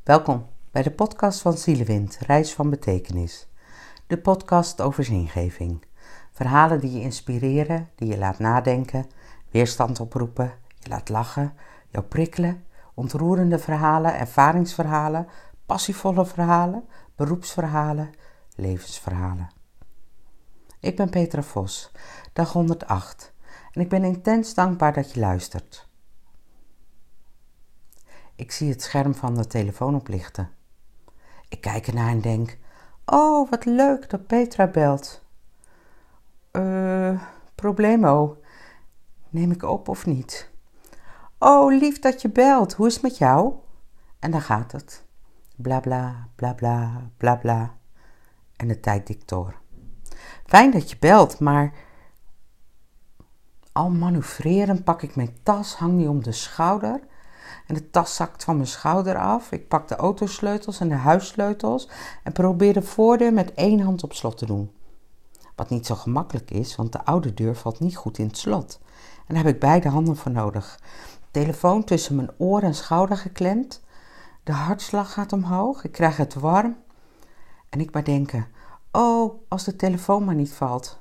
Welkom bij de podcast van Zielewind, Reis van Betekenis. De podcast over zingeving. Verhalen die je inspireren, die je laat nadenken, weerstand oproepen, je laat lachen, jou prikkelen, ontroerende verhalen, ervaringsverhalen, passievolle verhalen, beroepsverhalen, levensverhalen. Ik ben Petra Vos, dag 108 en ik ben intens dankbaar dat je luistert. Ik zie het scherm van de telefoon oplichten. Ik kijk ernaar en denk, oh wat leuk dat Petra belt. Problemo. Neem ik op of niet? Oh lief dat je belt, hoe is het met jou? En dan gaat het. Bla bla bla bla bla bla. En de tijd tikt door. Fijn dat je belt, maar al manoeuvreren pak ik mijn tas, hang die om de schouder. En de tas zakt van mijn schouder af. Ik pak de autosleutels en de huissleutels en probeer de voordeur met één hand op slot te doen. Wat niet zo gemakkelijk is, want de oude deur valt niet goed in het slot. En daar heb ik beide handen voor nodig. Telefoon tussen mijn oor en schouder geklemd. De hartslag gaat omhoog. Ik krijg het warm. En ik maar denken, oh, als de telefoon maar niet valt.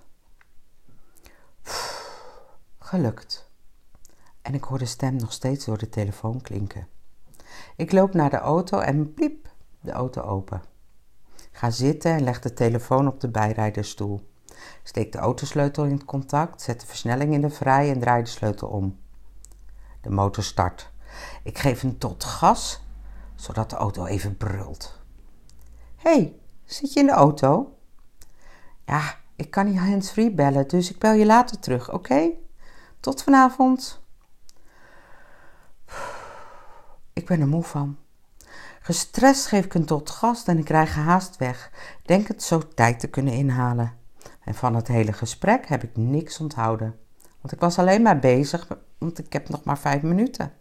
Gelukt. En ik hoor de stem nog steeds door de telefoon klinken. Ik loop naar de auto en piep, de auto open. Ga zitten en leg de telefoon op de bijrijdersstoel. Steek de autosleutel in het contact, zet de versnelling in de vrij en draai de sleutel om. De motor start. Ik geef een tot gas, zodat de auto even brult. Hey, zit je in de auto? Ja, ik kan niet handsfree bellen, dus ik bel je later terug, oké? Tot vanavond. Ik ben er moe van. Gestrest geef ik een tot gas en ik rij gehaast weg. Denk het zo tijd te kunnen inhalen. En van het hele gesprek heb ik niks onthouden. Want ik was alleen maar bezig, want ik heb nog maar 5 minuten.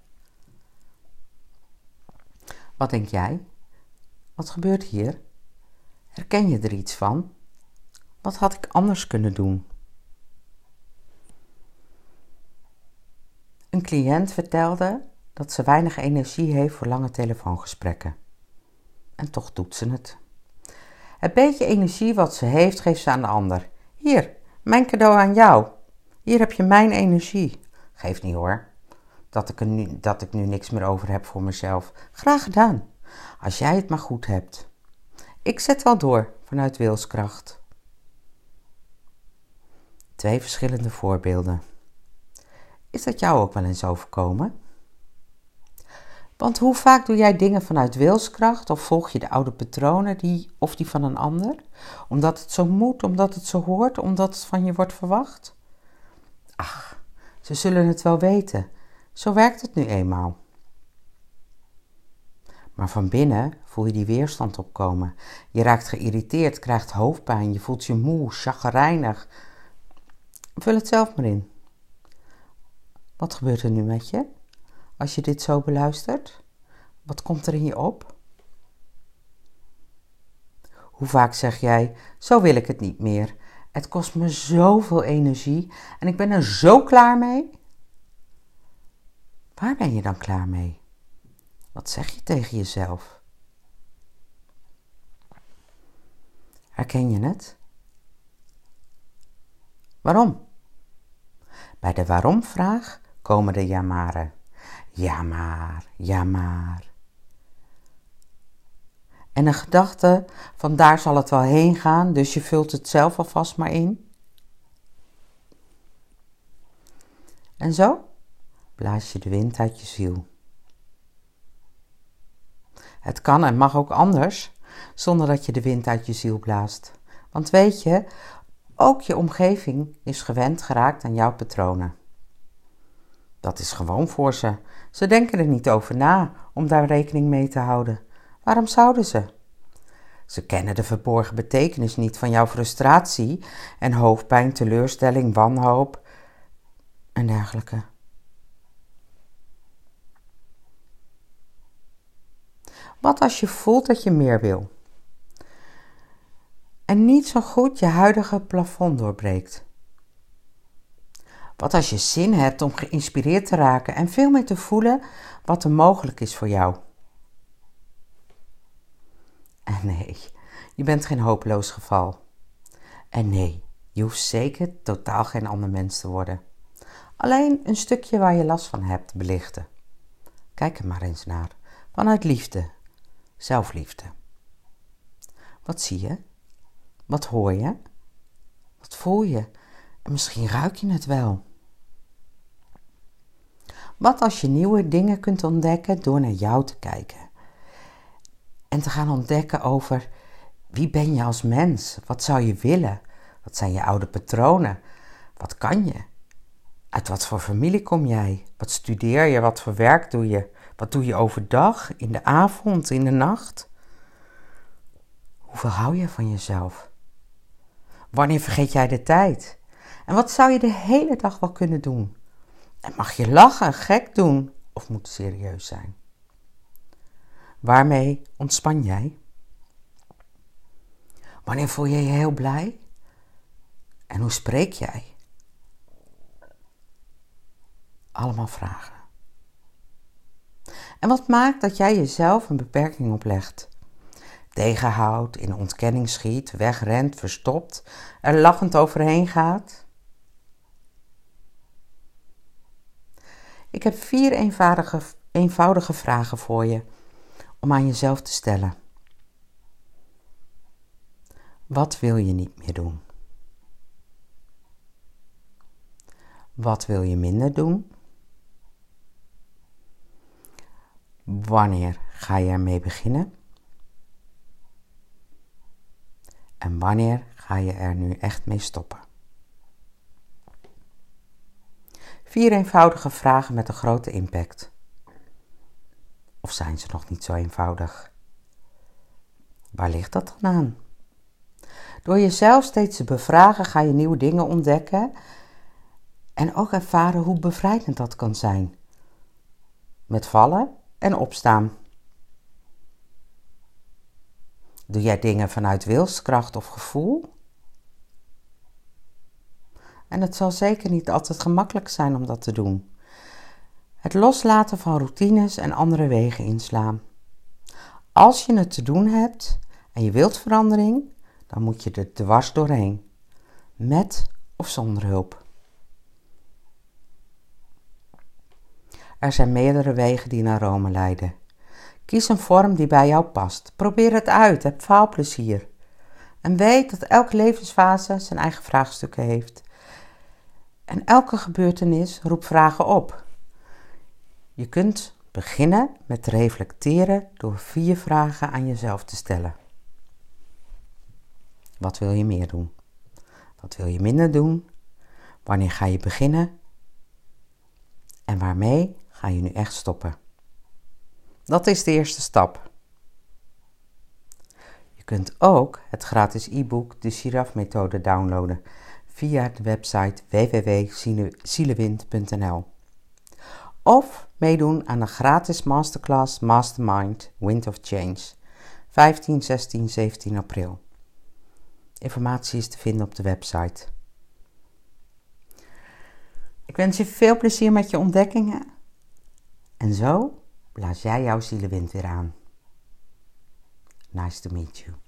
Wat denk jij? Wat gebeurt hier? Herken je er iets van? Wat had ik anders kunnen doen? Een cliënt vertelde dat ze weinig energie heeft voor lange telefoongesprekken. En toch doet ze het. Het beetje energie wat ze heeft, geeft ze aan de ander. Hier, mijn cadeau aan jou. Hier heb je mijn energie. Geeft niet hoor, dat ik nu niks meer over heb voor mezelf. Graag gedaan, als jij het maar goed hebt. Ik zet wel door, vanuit wilskracht. 2 verschillende voorbeelden. Is dat jou ook wel eens overkomen? Want hoe vaak doe jij dingen vanuit wilskracht of volg je de oude patronen die van een ander? Omdat het zo moet, omdat het zo hoort, omdat het van je wordt verwacht? Ach, ze zullen het wel weten. Zo werkt het nu eenmaal. Maar van binnen voel je die weerstand opkomen. Je raakt geïrriteerd, krijgt hoofdpijn, je voelt je moe, chagrijnig. Vul het zelf maar in. Wat gebeurt er nu met je? Als je dit zo beluistert, wat komt er in je op? Hoe vaak zeg jij, zo wil ik het niet meer. Het kost me zoveel energie en ik ben er zo klaar mee. Waar ben je dan klaar mee? Wat zeg je tegen jezelf? Herken je het? Waarom? Bij de waarom-vraag komen de ja maren. Ja maar, ja maar. En een gedachte van daar zal het wel heen gaan, dus je vult het zelf alvast maar in. En zo blaas je de wind uit je ziel. Het kan en mag ook anders, zonder dat je de wind uit je ziel blaast. Want weet je, ook je omgeving is gewend geraakt aan jouw patronen. Dat is gewoon voor ze. Ze denken er niet over na om daar rekening mee te houden. Waarom zouden ze? Ze kennen de verborgen betekenis niet van jouw frustratie en hoofdpijn, teleurstelling, wanhoop en dergelijke. Wat als je voelt dat je meer wil en niet zo goed je huidige plafond doorbreekt? Wat als je zin hebt om geïnspireerd te raken en veel meer te voelen wat er mogelijk is voor jou? Nee, je bent geen hopeloos geval. En nee, je hoeft zeker totaal geen ander mens te worden. Alleen een stukje waar je last van hebt belichten. Kijk er maar eens naar. Vanuit liefde. Zelfliefde. Wat zie je? Wat hoor je? Wat voel je? En misschien ruik je het wel. Wat als je nieuwe dingen kunt ontdekken door naar jou te kijken? En te gaan ontdekken over wie ben je als mens? Wat zou je willen? Wat zijn je oude patronen? Wat kan je? Uit wat voor familie kom jij? Wat studeer je? Wat voor werk doe je? Wat doe je overdag, in de avond, in de nacht? Hoeveel hou je van jezelf? Wanneer vergeet jij de tijd? En wat zou je de hele dag wel kunnen doen? En mag je lachen, gek doen of moet het serieus zijn? Waarmee ontspan jij? Wanneer voel je je heel blij? En hoe spreek jij? Allemaal vragen. En wat maakt dat jij jezelf een beperking oplegt? Tegenhoudt, in ontkenning schiet, wegrent, verstopt, er lachend overheen gaat? Ik heb 4 eenvoudige vragen voor je om aan jezelf te stellen. Wat wil je niet meer doen? Wat wil je minder doen? Wanneer ga je ermee beginnen? En wanneer ga je er nu echt mee stoppen? 4 eenvoudige vragen met een grote impact. Of zijn ze nog niet zo eenvoudig? Waar ligt dat dan aan? Door jezelf steeds te bevragen ga je nieuwe dingen ontdekken en ook ervaren hoe bevrijdend dat kan zijn. Met vallen en opstaan. Doe jij dingen vanuit wilskracht of gevoel? En het zal zeker niet altijd gemakkelijk zijn om dat te doen. Het loslaten van routines en andere wegen inslaan. Als je het te doen hebt en je wilt verandering, dan moet je er dwars doorheen. Met of zonder hulp. Er zijn meerdere wegen die naar Rome leiden. Kies een vorm die bij jou past. Probeer het uit, heb faalplezier. En weet dat elke levensfase zijn eigen vraagstukken heeft. En elke gebeurtenis roept vragen op. Je kunt beginnen met reflecteren door 4 vragen aan jezelf te stellen. Wat wil je meer doen? Wat wil je minder doen? Wanneer ga je beginnen? En waarmee ga je nu echt stoppen? Dat is de eerste stap. Je kunt ook het gratis e-book De Giraffe-methode downloaden via de website www.zielewind.nl of meedoen aan de gratis masterclass Mastermind Wind of Change 15, 16, 17 april. Informatie is te vinden op de website. Ik wens je veel plezier met je ontdekkingen en zo blaas jij jouw zielewind weer aan. Nice to meet you.